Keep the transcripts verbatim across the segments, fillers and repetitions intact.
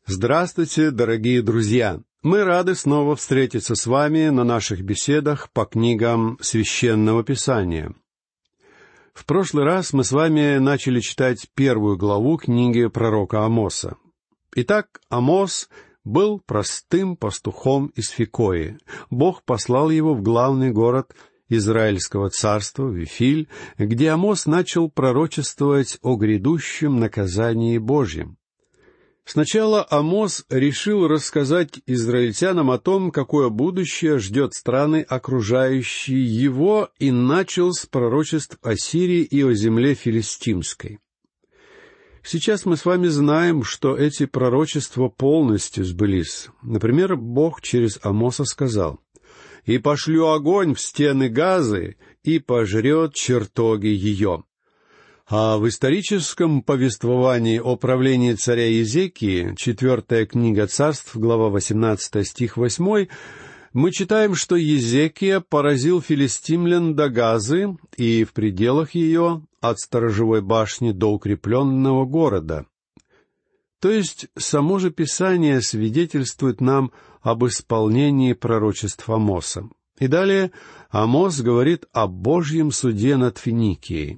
Здравствуйте, дорогие друзья! Мы рады снова встретиться с вами на наших беседах по книгам Священного Писания. В прошлый раз мы с вами начали читать первую главу книги пророка Амоса. Итак, Амос был простым пастухом из Фикои. Бог послал его в главный город Израильского царства, Вифиль, где Амос начал пророчествовать о грядущем наказании Божьем. Сначала Амос решил рассказать израильтянам о том, какое будущее ждет страны, окружающие его, и начал с пророчеств о Сирии и о земле филистимской. Сейчас мы с вами знаем, что эти пророчества полностью сбылись. Например, Бог через Амоса сказал: «И пошлю огонь в стены Газы, и пожрет чертоги ее». А в историческом повествовании о правлении царя Иезекии, четвертая книга Царств, глава восемнадцатая, стих восьмой, мы читаем, что Иезекия поразил филистимлян до Газы и в пределах ее, от сторожевой башни до укрепленного города. То есть само же Писание свидетельствует нам об исполнении пророчеств Амоса. И далее Амос говорит о Божьем суде над Финикией.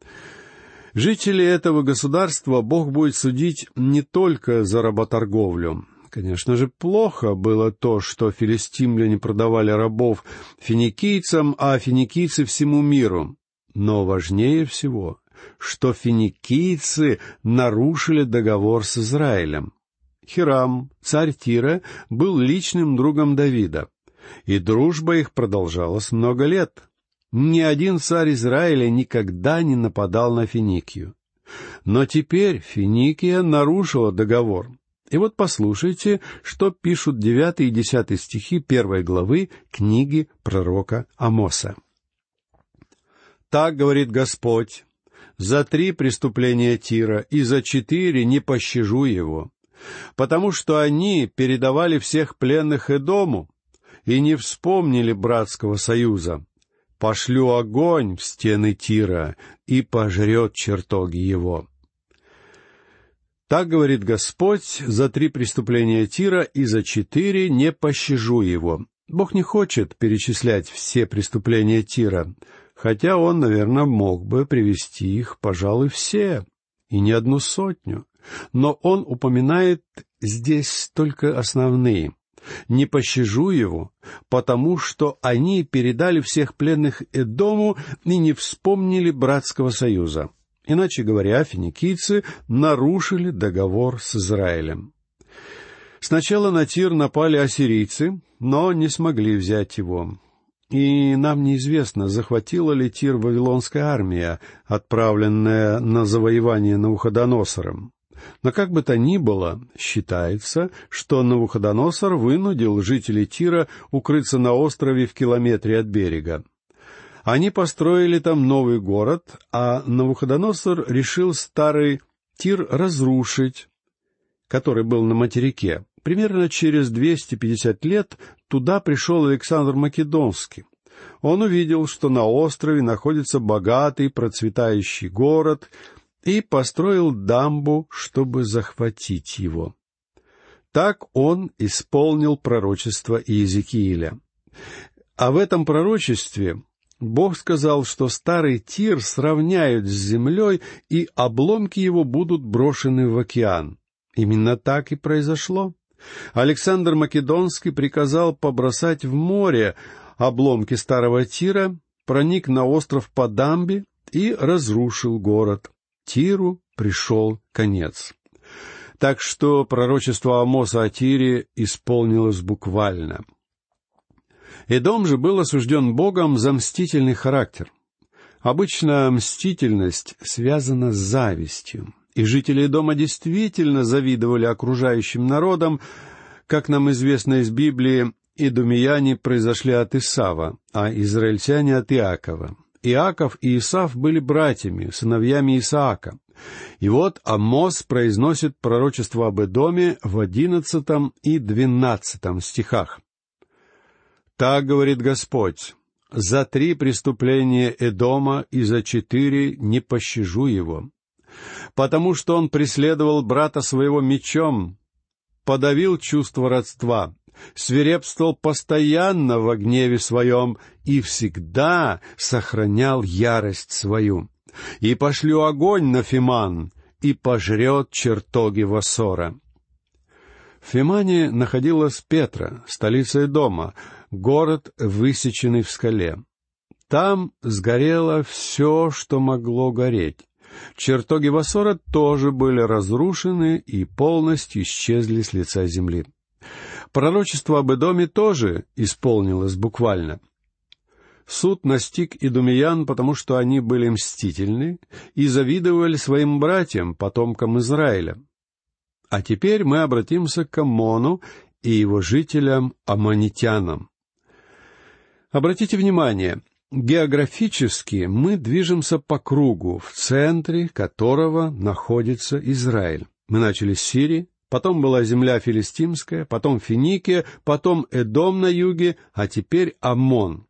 Жители этого государства Бог будет судить не только за работорговлю. Конечно же, плохо было то, что филистимляне продавали рабов финикийцам, а финикийцы всему миру. Но важнее всего, что финикийцы нарушили договор с Израилем. Хирам, царь Тира, был личным другом Давида, и дружба их продолжалась много лет. Ни один царь Израиля никогда не нападал на Финикию. Но теперь Финикия нарушила договор. И вот послушайте, что пишут девятый и десятый стихи первой главы книги пророка Амоса. «Так говорит Господь: за три преступления Тира и за четыре не пощажу его, потому что они передавали всех пленных Эдому и не вспомнили братского союза. Пошлю огонь в стены Тира, и пожрет чертоги его». Так говорит Господь: за три преступления Тира и за четыре не пощажу его. Бог не хочет перечислять все преступления Тира, хотя Он, наверное, мог бы привести их, пожалуй, все, и не одну сотню. Но Он упоминает здесь только основные. «Не пощажу его, потому что они передали всех пленных Эдому и не вспомнили братского союза». Иначе говоря, финикийцы нарушили договор с Израилем. Сначала на Тир напали ассирийцы, но не смогли взять его. И нам неизвестно, захватила ли Тир вавилонская армия, отправленная на завоевание Навуходоносором. Но как бы то ни было, считается, что Навуходоносор вынудил жителей Тира укрыться на острове в километре от берега. Они построили там новый город, а Навуходоносор решил старый Тир разрушить, который был на материке. Примерно через двести пятьдесят лет туда пришел Александр Македонский. Он увидел, что на острове находится богатый, процветающий город, и построил дамбу, чтобы захватить его. Так он исполнил пророчество Иезекииля. А в этом пророчестве Бог сказал, что старый Тир сравняют с землей, и обломки его будут брошены в океан. Именно так и произошло. Александр Македонский приказал побросать в море обломки старого Тира, проник на остров по дамбе и разрушил город. Тиру пришел конец. Так что пророчество Амоса о Тире исполнилось буквально. Эдом же был осужден Богом за мстительный характер. Обычно мстительность связана с завистью, и жители Эдома действительно завидовали окружающим народам. Как нам известно из Библии, эдомияне произошли от Исава, а израильтяне от Иакова. Иаков и Исав были братьями, сыновьями Исаака. И вот Амос произносит пророчество об Эдоме в одиннадцатом и двенадцатом стихах. «Так говорит Господь: за три преступления Эдома и за четыре не пощажу его, потому что он преследовал брата своего мечом, подавил чувство родства, свирепствовал постоянно во гневе своем и всегда сохранял ярость свою. И пошлю огонь на Фиман, и пожрет чертоги Вассора». В Фимане находилась Петра, столица Эдома, город, высеченный в скале. Там сгорело все, что могло гореть. Чертоги Вассора тоже были разрушены и полностью исчезли с лица земли. Пророчество об Эдоме тоже исполнилось буквально. Суд настиг идумеян, потому что они были мстительны и завидовали своим братьям, потомкам Израиля. А теперь мы обратимся к Аммону и его жителям аммонитянам. Обратите внимание, географически мы движемся по кругу, в центре которого находится Израиль. Мы начали с Сирии, потом была земля филистимская, потом Финикия, потом Эдом на юге, а теперь Аммон.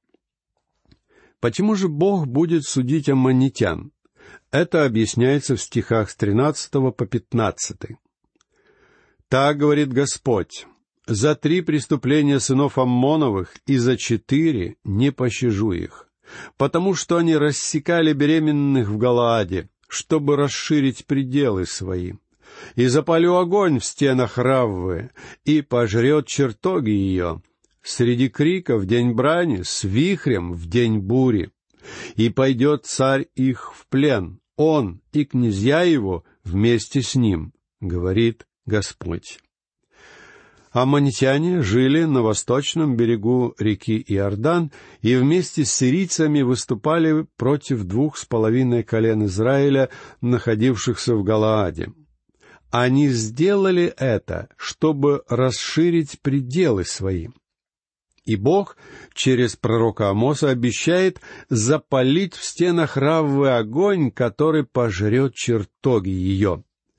Почему же Бог будет судить аммонитян? Это объясняется в стихах с тринадцатого по пятнадцатый. «Так говорит Господь: за три преступления сынов Аммоновых и за четыре не пощажу их, потому что они рассекали беременных в Галааде, чтобы расширить пределы свои. И запалю огонь в стенах Раввы, и пожрет чертоги ее, среди крика в день брани, с вихрем в день бури. И пойдет царь их в плен, он и князья его вместе с ним, говорит Господь». Аммонитяне жили на восточном берегу реки Иордан и вместе с сирийцами выступали против двух с половиной колен Израиля, находившихся в Галааде. Они сделали это, чтобы расширить пределы свои. И Бог через пророка Амоса обещает запалить в стенах Раввы огонь, который пожрет чертоги ее.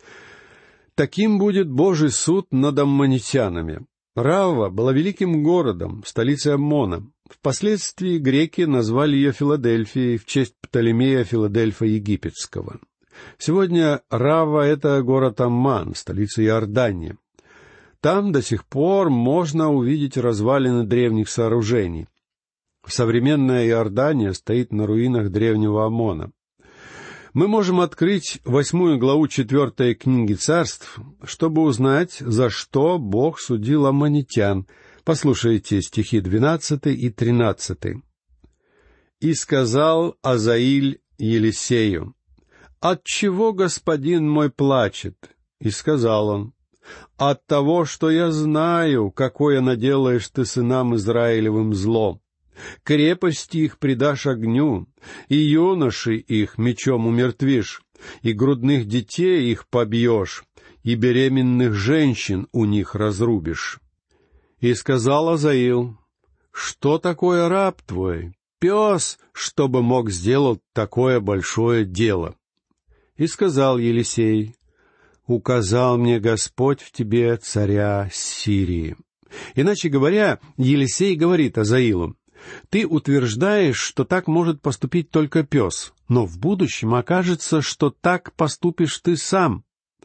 Таким будет Божий суд над аммонитянами. Равва была великим городом, столицей Аммона. Впоследствии греки назвали ее Филадельфией в честь Птолемея Филадельфа Египетского. Сегодня Равва — это город Амман, столица Иордании. Там до сих пор можно увидеть развалины древних сооружений. Современная Иордания стоит на руинах древнего Аммона. Мы можем открыть восьмую главу четвертой книги Царств, чтобы узнать, за что Бог судил аммонитян. Послушайте стихи двенадцатый и тринадцатый. «И сказал Азаиль Елисею: отчего господин мой плачет? И сказал он: от того, что я знаю, какое наделаешь ты сынам Израилевым зло. Крепости их предашь огню, и юношей их мечом умертвишь, и грудных детей их побьешь, и беременных женщин у них разрубишь». И сказал Азаил: что такое раб твой, пес, чтобы мог сделать такое большое дело? И сказал Елисей: указал мне Господь в тебе царя Сирии. Иначе говоря, Елисей говорит Азаилу: ты утверждаешь, что так может поступить только пес, но в будущем окажется, что так поступишь ты сам.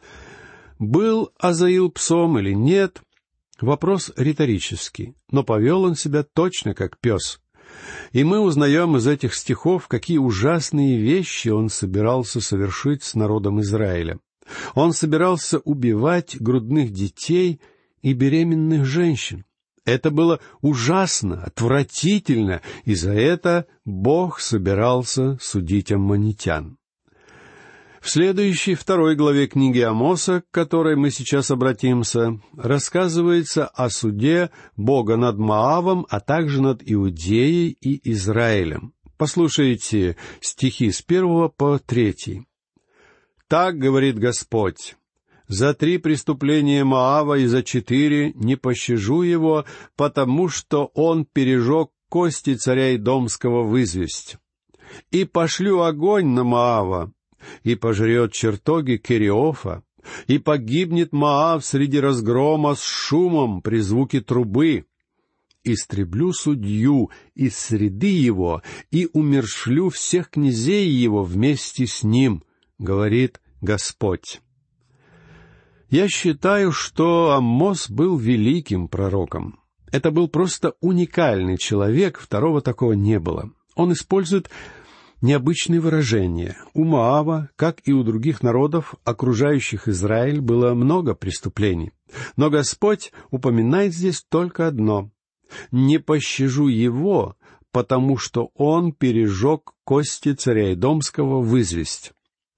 Был Азаил псом или нет? Вопрос риторический, но повел он себя точно как пес. И мы узнаем из этих стихов, какие ужасные вещи он собирался совершить с народом Израиля. Он собирался убивать грудных детей и беременных женщин. Это было ужасно, отвратительно, и за это Бог собирался судить аммонитян. В следующей, второй главе книги Амоса, к которой мы сейчас обратимся, рассказывается о суде Бога над Моавом, а также над Иудеей и Израилем. Послушайте стихи с первого по третий. «Так говорит Господь: за три преступления Моава и за четыре не пощажу его, потому что он пережег кости царя Идомского в известь. И пошлю огонь на Моава, и пожрет чертоги Кериофа, и погибнет Моав среди разгрома с шумом при звуке трубы. Истреблю судью из среды его, и умершлю всех князей его вместе с ним, говорит Господь». Я считаю, что Амос был великим пророком. Это был просто уникальный человек, второго такого не было. Он использует необычные выражения. У Моава, как и у других народов, окружающих Израиль, было много преступлений. Но Господь упоминает здесь только одно: «Не пощажу его, потому что он пережег кости царя Эдомского в известь».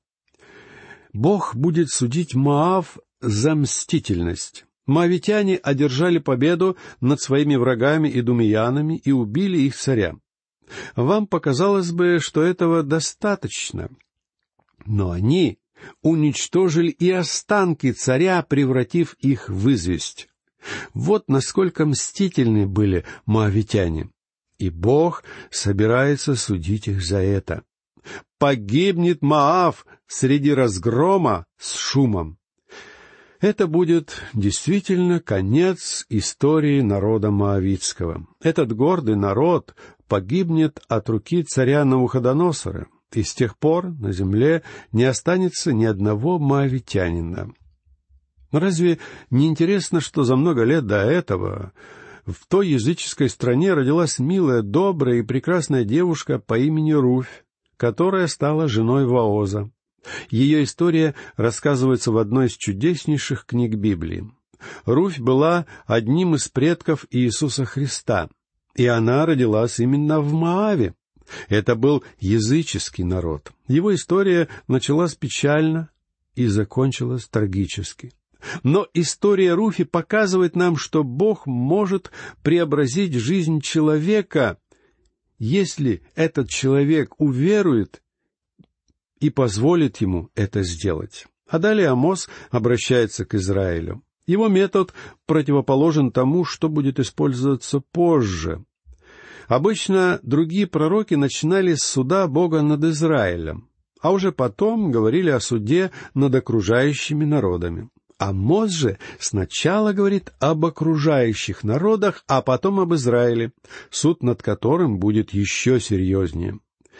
Бог будет судить Моав за мстительность. Моавитяне одержали победу над своими врагами идумеянами и убили их царя. Вам показалось бы, что этого достаточно. Но они уничтожили и останки царя, превратив их в известь. Вот насколько мстительны были моавитяне. И Бог собирается судить их за это. Погибнет Моав среди разгрома с шумом. Это будет действительно конец истории народа моавитского. Этот гордый народ погибнет от руки царя Навуходоносора, и с тех пор на земле не останется ни одного моавитянина. Разве не интересно, что за много лет до этого в той языческой стране родилась милая, добрая и прекрасная девушка по имени Руфь, которая стала женой Вооза? Ее история рассказывается в одной из чудеснейших книг Библии. Руфь была одним из предков Иисуса Христа, и она родилась именно в Моаве. Это был языческий народ. Его история началась печально и закончилась трагически. Но история Руфи показывает нам, что Бог может преобразить жизнь человека, если этот человек уверует и позволит ему это сделать. А далее Амос обращается к Израилю. Его метод противоположен тому, что будет использоваться позже. Обычно другие пророки начинали с суда Бога над Израилем, а уже потом говорили о суде над окружающими народами. Амос же сначала говорит об окружающих народах, а потом об Израиле, суд над которым будет еще серьезнее.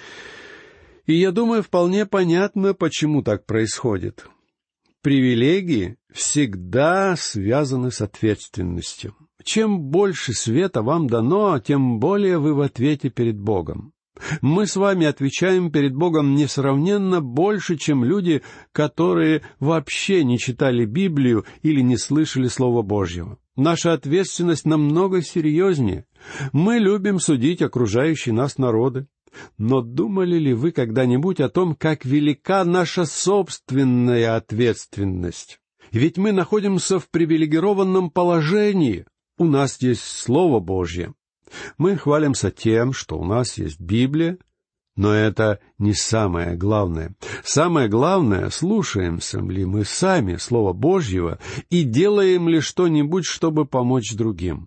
И я думаю, вполне понятно, почему так происходит. Привилегии всегда связаны с ответственностью. Чем больше света вам дано, тем более вы в ответе перед Богом. Мы с вами отвечаем перед Богом несравненно больше, чем люди, которые вообще не читали Библию или не слышали Слова Божьего. Наша ответственность намного серьезнее. Мы любим судить окружающие нас народы. Но думали ли вы когда-нибудь о том, как велика наша собственная ответственность? Ведь мы находимся в привилегированном положении. У нас есть Слово Божье. Мы хвалимся тем, что у нас есть Библия, но это не самое главное. Самое главное, слушаемся ли мы сами Слова Божьего и делаем ли что-нибудь, чтобы помочь другим.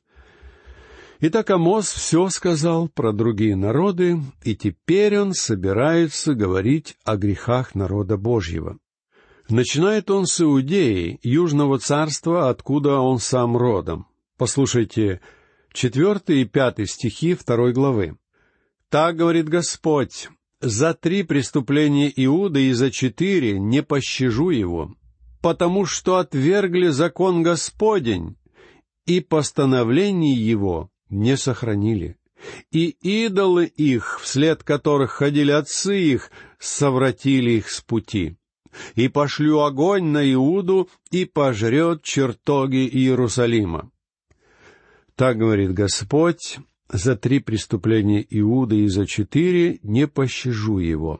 Итак, Амос все сказал про другие народы, и теперь он собирается говорить о грехах народа Божьего. Начинает он с Иудеи, южного царства, откуда он сам родом. Послушайте четвертый и пятый стихи второй главы. «Так говорит Господь: за три преступления Иуды и за четыре не пощажу его, потому что отвергли закон Господень, и постановлений его не сохранили, и идолы их, вслед которых ходили отцы их, совратили их с пути. И пошлю огонь на Иуду, и пожрет чертоги Иерусалима». Так говорит Господь: за три преступления Иуды и за четыре не пощажу его.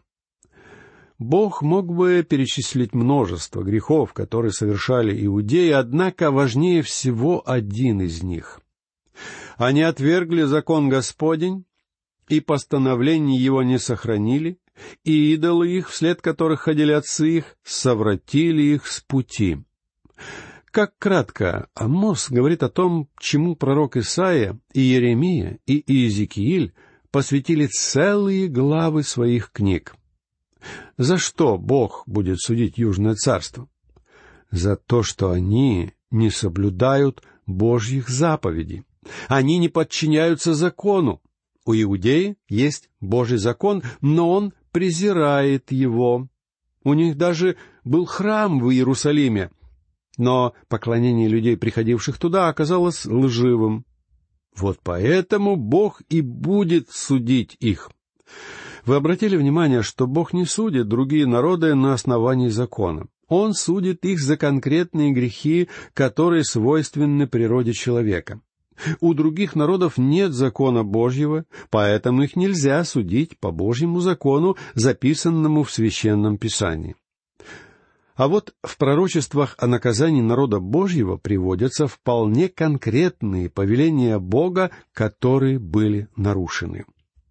Бог мог бы перечислить множество грехов, которые совершали иудеи, однако важнее всего один из них. Они отвергли закон Господень, и постановлений его не сохранили, и идолы их, вслед которых ходили отцы их, совратили их с пути. Как кратко Амос говорит о том, чему пророк Исаия, и Иеремия, и Иезекииль посвятили целые главы своих книг. За что Бог будет судить Южное царство? За то, что они не соблюдают Божьих заповедей. Они не подчиняются закону. У иудеи есть Божий закон, но он презирает его. У них даже был храм в Иерусалиме, Но поклонение людей, приходивших туда, оказалось лживым. Вот поэтому Бог и будет судить их. Вы обратили внимание, что Бог не судит другие народы на основании закона. Он судит их за конкретные грехи, которые свойственны природе человека. У других народов нет закона Божьего, поэтому их нельзя судить по Божьему закону, записанному в Священном Писании. А вот в пророчествах о наказании народа Божьего приводятся вполне конкретные повеления Бога, которые были нарушены.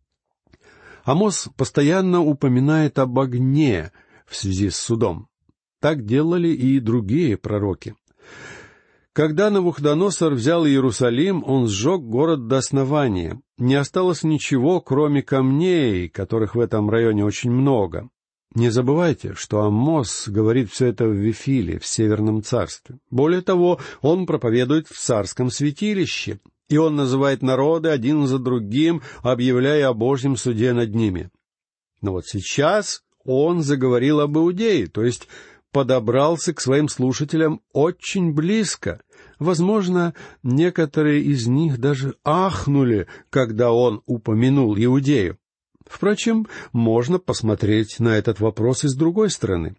Амос постоянно упоминает об огне в связи с судом. Так делали и другие пророки. Когда Навуходоносор взял Иерусалим, он сжег город до основания. Не осталось ничего, кроме камней, которых в этом районе очень много. Не забывайте, что Амос говорит все это в Вифиле, в Северном царстве. Более того, он проповедует в царском святилище, и он называет народы один за другим, объявляя о Божьем суде над ними. Но вот сейчас он заговорил об Иудее, то есть подобрался к своим слушателям очень близко. Возможно, некоторые из них даже ахнули, когда он упомянул Иудею. Впрочем, можно посмотреть на этот вопрос и с другой стороны.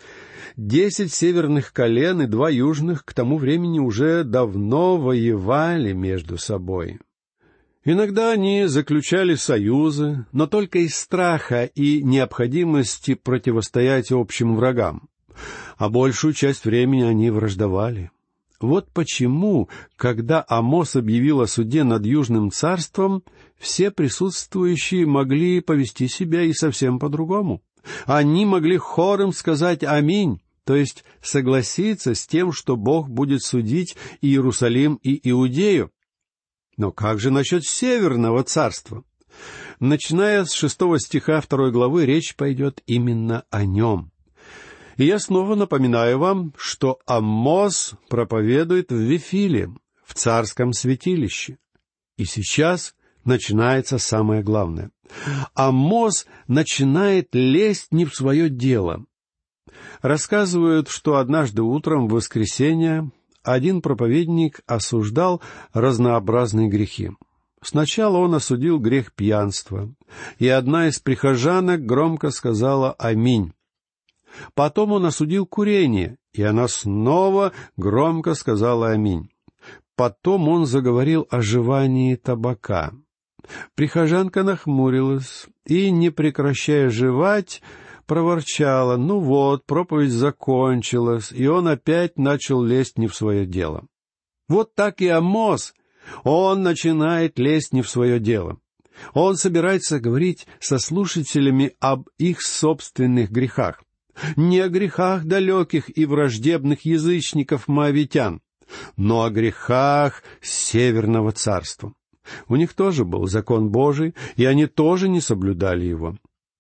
Десять северных колен и два южных к тому времени уже давно воевали между собой. Иногда они заключали союзы, но только из страха и необходимости противостоять общим врагам. А большую часть времени они враждовали. Вот почему, когда Амос объявил о суде над Южным царством, все присутствующие могли повести себя и совсем по-другому. Они могли хором сказать «Аминь», то есть согласиться с тем, что Бог будет судить Иерусалим и Иудею. Но как же насчет Северного царства? Начиная с шестого стиха второй главы, речь пойдет именно о нем. И я снова напоминаю вам, что Амос проповедует в Вифиле, в царском святилище. И сейчас начинается самое главное. Амос начинает лезть не в свое дело. Рассказывают, что однажды утром в воскресенье один проповедник осуждал разнообразные грехи. Сначала он осудил грех пьянства, и одна из прихожанок громко сказала «Аминь». Потом он осудил курение, и она снова громко сказала «Аминь». Потом он заговорил о жевании табака. Прихожанка нахмурилась и, не прекращая жевать, проворчала: «Ну вот, проповедь закончилась», и он опять начал лезть не в свое дело. Вот так и Амос. Он начинает лезть не в свое дело. Он собирается говорить со слушателями об их собственных грехах. Не о грехах далеких и враждебных язычников-моавитян, но о грехах Северного царства. У них тоже был закон Божий, и они тоже не соблюдали его.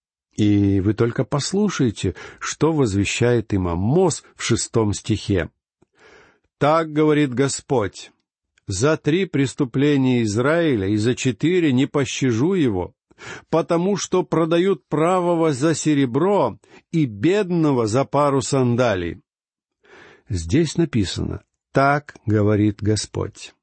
И вы только послушайте, что возвещает им Амос в шестом стихе. «Так говорит Господь: за три преступления Израиля и за четыре не пощажу его, потому что продают правого за серебро и бедного за пару сандалий». Здесь написано «Так говорит Господь».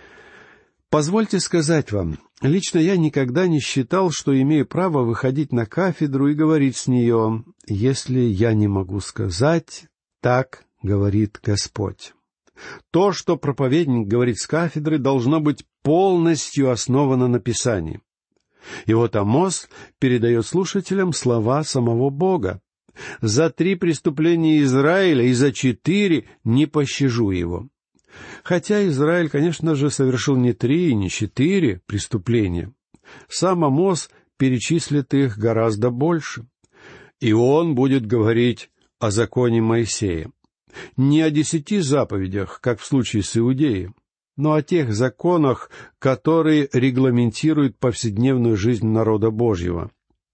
Позвольте сказать вам, лично я никогда не считал, что имею право выходить на кафедру и говорить с нее, если я не могу сказать «Так говорит Господь». То, что проповедник говорит с кафедры, должно быть полностью основано на Писании. И вот Амос передает слушателям слова самого Бога. «За три преступления Израиля и за четыре не пощажу его». Хотя Израиль, конечно же, совершил не три и не четыре преступления. Сам Амос перечислит их гораздо больше. И он будет говорить о законе Моисея. Не о десяти заповедях, как в случае с Иудеей, но о тех законах, которые регламентируют повседневную жизнь народа Божьего.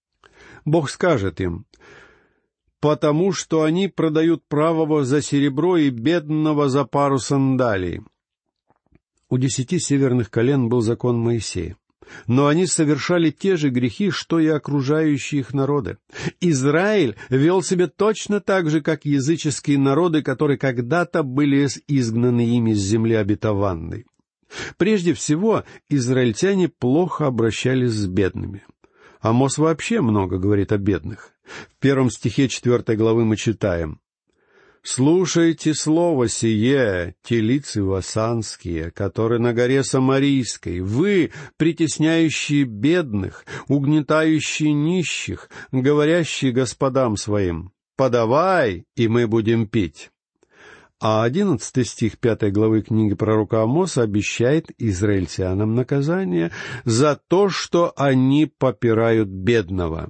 Бог скажет им: «Потому что они продают правого за серебро и бедного за пару сандалий». У десяти северных колен был закон Моисея. но они совершали те же грехи, что и окружающие их народы. Израиль вел себя точно так же, как языческие народы, которые когда-то были изгнаны ими с земли обетованной. Прежде всего, израильтяне плохо обращались с бедными. Амос вообще много говорит о бедных. В первом стихе четвертой главы мы читаем: «Слушайте слово сие, телицы васанские, которые на горе Самарийской, вы, притесняющие бедных, угнетающие нищих, говорящие господам своим: подавай, и мы будем пить». А одиннадцатый стих пятой главы книги пророка Амоса обещает израильтянам наказание за то, что они попирают бедного.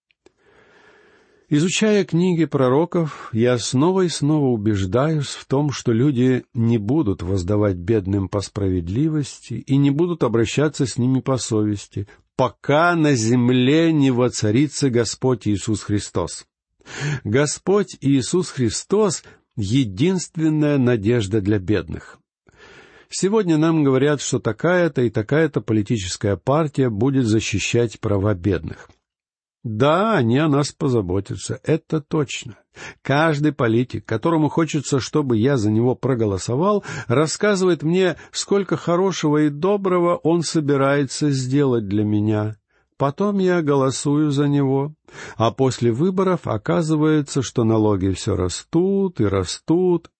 Изучая книги пророков, я снова и снова убеждаюсь в том, что люди не будут воздавать бедным по справедливости и не будут обращаться с ними по совести, пока на земле не воцарится Господь Иисус Христос. Господь Иисус Христос — единственная надежда для бедных. Сегодня нам говорят, что такая-то и такая-то политическая партия будет защищать права бедных. Да, они о нас позаботятся, это точно. Каждый политик, которому хочется, чтобы я за него проголосовал, рассказывает мне, сколько хорошего и доброго он собирается сделать для меня. Потом я голосую за него, а после выборов оказывается, что налоги все растут и растут.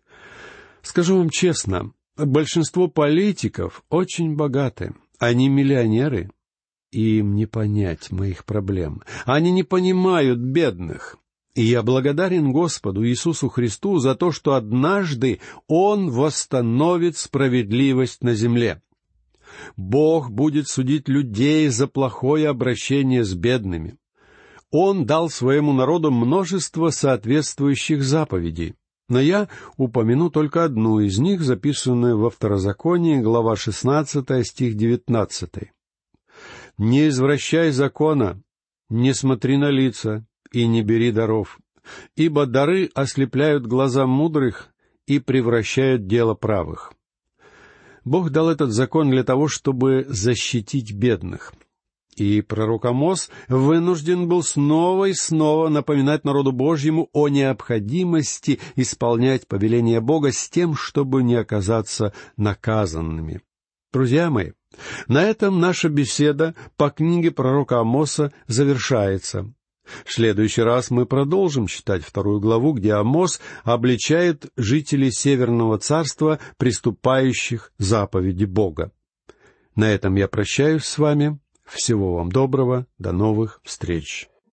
Скажу вам честно, большинство политиков очень богаты, они миллионеры. Им не понять моих проблем. Они не понимают бедных. И я благодарен Господу Иисусу Христу за то, что однажды Он восстановит справедливость на земле. Бог будет судить людей за плохое обращение с бедными. Он дал своему народу множество соответствующих заповедей. Но я упомяну только одну из них, записанную во Второзаконии, глава шестнадцатая, стих девятнадцатый. «Не извращай закона, не смотри на лица и не бери даров, ибо дары ослепляют глаза мудрых и превращают дело правых». Бог дал этот закон для того, чтобы защитить бедных. И пророк Амос вынужден был снова и снова напоминать народу Божьему о необходимости исполнять повеления Бога с тем, чтобы не оказаться наказанными. Друзья мои, на этом наша беседа по книге пророка Амоса завершается. В следующий раз мы продолжим читать вторую главу, где Амос обличает жителей Северного царства, приступающих заповеди Бога. На этом я прощаюсь с вами. Всего вам доброго. До новых встреч.